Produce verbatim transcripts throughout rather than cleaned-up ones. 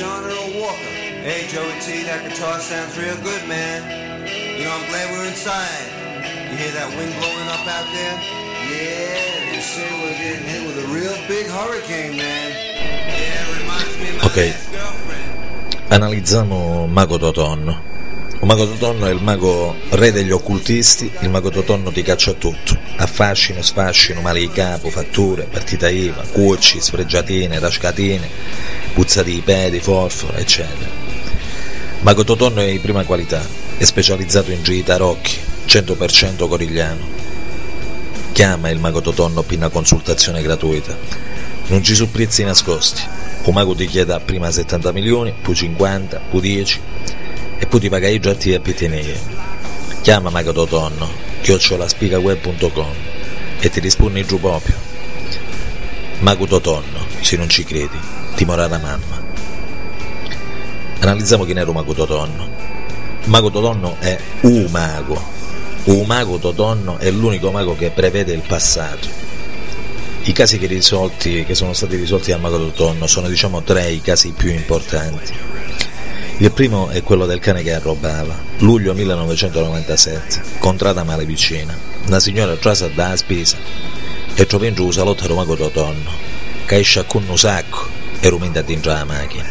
John Earl Walker. Hey, Joey T, that guitar sounds real good, man. You know, I'm glad we're inside. You hear that wind blowing up out there? Yeah, they say we're getting hit with a real big hurricane, man. Yeah, it reminds me of my Ok, last girlfriend. analizziamo Mago Totonno. Un mago Totonno è il mago re degli occultisti, il mago Totonno ti caccia tutto, affascino, sfascino, male di capo, fatture, partita I V A, cuoci, sfregiatine, rascatine, puzza di pedi, forforo, eccetera. Mago Totonno è di prima qualità, è specializzato in giri tarocchi, cento per cento corigliano. Chiama il mago Totonno per una consultazione gratuita, non ci sono prezzi nascosti, un mago ti chiede prima settanta milioni, poi cinquanta, poi dieci, e poi ti pagai già ti appetini. Chiama Mago Totonno, chiocciola spigaweb punto com e ti rispondi giù proprio. Mago Totonno, se non ci credi, ti morrà la mamma. Analizziamo chi era un Mago Totonno. Mago Totonno è un mago. Un mago Totonno è l'unico mago che prevede il passato. I casi che, risolti, che sono stati risolti dal Mago Totonno sono, diciamo, tre i casi più importanti. Il primo è quello del cane che arrobava, luglio millenovecentonovantasette, contrada Malevicina. Una signora trasa da spesa e trova in giù un salotto al Mago Totonno, che esce con un sacco e rumenta dentro la macchina.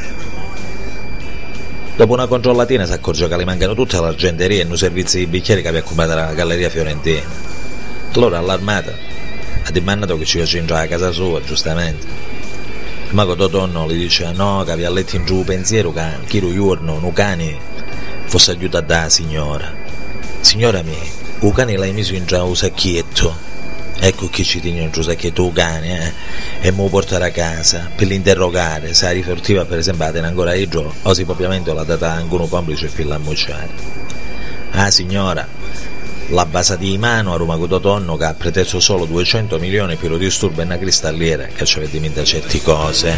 Dopo una controllatina si accorge che le mancano tutta l'argenteria e un servizio di bicchieri che aveva comprato alla Galleria Fiorentina. Allora, allarmata, ha demandato che ci faccia entrare a casa sua, giustamente. Il Mago Totonno gli dice no, che aveva letto in giù pensiero che chi lo giorno un cane fosse aiutato dalla signora. Signora mia, un cane l'hai messo in giù un sacchetto, ecco che ci tiene in giù un sacchetto un cane, eh, e me lo portare a casa per l'interrogare se la rifortiva per esempio la tiene ancora di giù o se propriamente l'ha data anche un complice e fila a mucciare. Ah signora, la base di mano a Mago Totonno che ha preteso solo duecento milioni per lo disturbo in una cristalliera che ci avete dimenticato certe cose.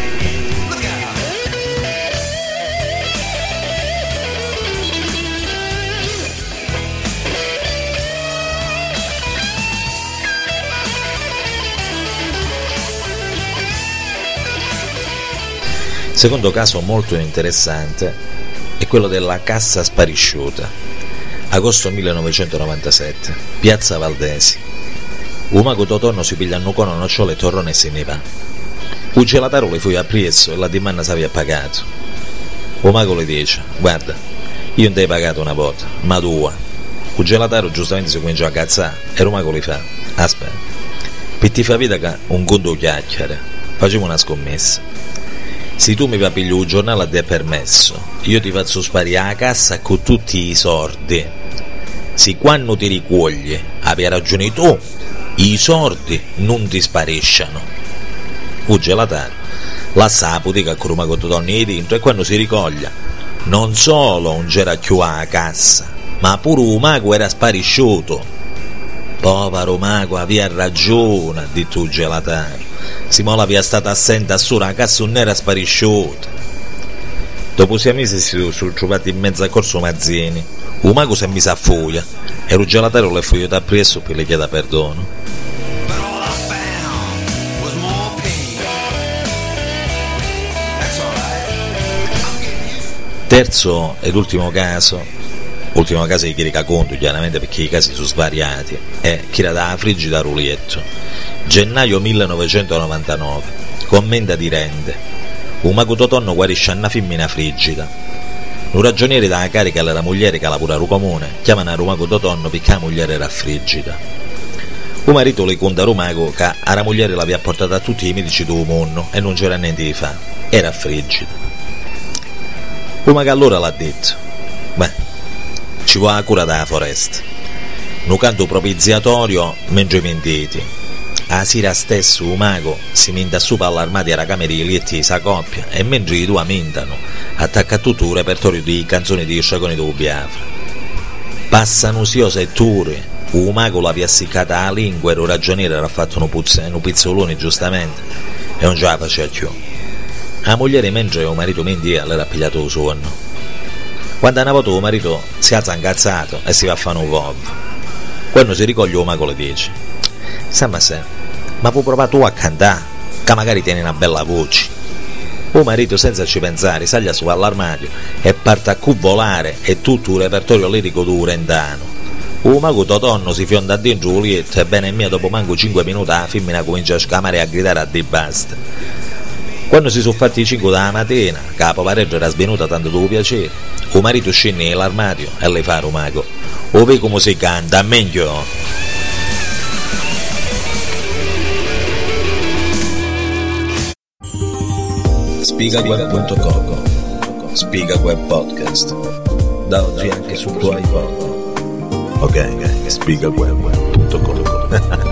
Secondo caso molto interessante è quello della cassa sparisciuta. Agosto millenovecentonovantasette, Piazza Valdesi. Un Mago Totonno si piglia un cono, nocciole e torrone e se ne va. Un gelataro le fu appresso e la dimanda si aveva pagato. Un mago le dice, guarda, io non ti ho pagato una volta, ma tua. Un gelataro giustamente si comincia a cazzare e un mago le fa, aspetta, per ti fa vita che un conto chiacchiere, facevo una scommessa. Se tu mi va a pigliare un giornale a te permesso, io ti faccio sparire la cassa con tutti i soldi. Se quando ti ricuogli abbia ragione tu, i soldi non ti sparisciano. Un gelataro lascia la bottega con un Mago Totonno dentro e quando si ricoglia non solo non c'era più la cassa, ma pure un mago era sparisciuto. Povero mago, aveva ragione, ha detto il gelataro. Simola aveva stata assente a sola, la cassa non era sparisciuta. Dopo sei mesi si sono trovati in mezzo a corso Mazzini. Un mago si è messo a furia e il gelataro le fogliate appresso per le chieda perdono. Terzo ed ultimo caso, ultimo caso di chi rica conto chiaramente perché i casi sono svariati, è chi era da frigida a Rulietto. Gennaio millenovecentonovantanove, commenda di Rende. Un Mago Totonno guarisce una femmina frigida. Un ragioniere dalla carica alla moglie che lavora al comune chiamano a Mago Totonno perché la moglie era frigida. Un marito le conta a Mago che la moglie l'aveva portata a tutti i medici del mondo e non c'era niente di fa, era frigida. Un mago allora l'ha detto, beh, ci vuole la cura della foresta. Un canto propiziatorio mentre mentiti. A sera stesso un mago si menta su all'armadio alla camera di letti di sa coppia e mentre i due mentano attacca tutto il repertorio di canzoni di Sciaconi di Biafra. Passano sia setture, un mago l'aveva essiccata la lingua e il ragioniere era fatto un, puzz- un pizzolone giustamente e non ce la faceva più. La moglie mentre il marito mendia l'era pigliato il sonno. Quando una volta il marito si alza incazzato e si va a fare un vov. Quando si ricoglie il mago le dice, sa ma se, ma puoi provare tu a cantare, che magari tieni una bella voce. O marito senza ci pensare saglia su all'armadio e parte a cuvolare e tutto il repertorio lirico du Rendano. O mago Totonno si fionda dentro Giulietta e bene mia dopo manco cinque minuti la femmina comincia a scamare e a gridare a di basta. Quando si sono fatti i cinque della mattina, che la povareggia era svenuta tanto tuo piacere, o marito scende nell'armadio e le fa un mago. O vedi come si canta, a meglio. Spigaweb punto com Spigaweb Podcast. Da oggi anche sul tuo iPod. Ok, spigaweb punto com